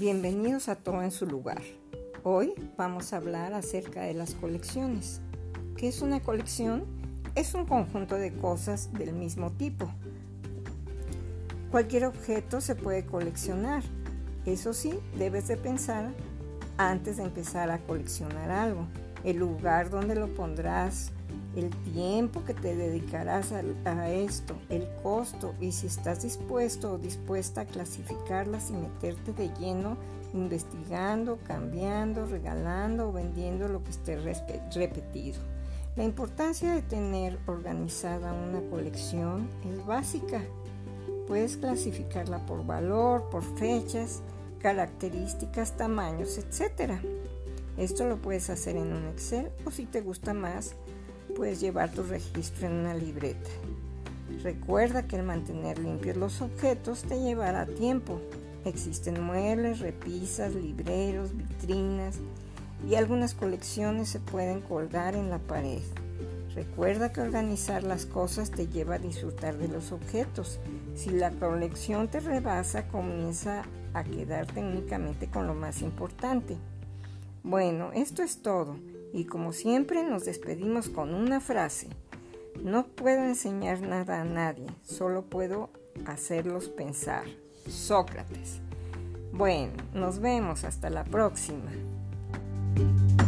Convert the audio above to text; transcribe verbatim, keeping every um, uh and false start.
Bienvenidos a Todo en su lugar. Hoy vamos a hablar acerca de las colecciones. ¿Qué es una colección? Es un conjunto de cosas del mismo tipo. Cualquier objeto se puede coleccionar. Eso sí, debes de pensar antes de empezar a coleccionar algo. El lugar donde lo pondrás, el tiempo que te dedicarás a, a esto, el costo y si estás dispuesto o dispuesta a clasificarlas y meterte de lleno investigando, cambiando, regalando o vendiendo lo que esté respe- repetido. La importancia de tener organizada una colección es básica. Puedes clasificarla por valor, por fechas, características, tamaños, etcétera. Esto lo puedes hacer en un Excel o si te gusta más, puedes llevar tu registro en una libreta. Recuerda que el mantener limpios los objetos te llevará tiempo. Existen muebles, repisas, libreros, vitrinas y algunas colecciones se pueden colgar en la pared. Recuerda que organizar las cosas te lleva a disfrutar de los objetos. Si la colección te rebasa, comienza a quedarte únicamente con lo más importante. Bueno, esto es todo. Y como siempre nos despedimos con una frase. No puedo enseñar nada a nadie, solo puedo hacerlos pensar. Sócrates. Bueno, nos vemos hasta la próxima.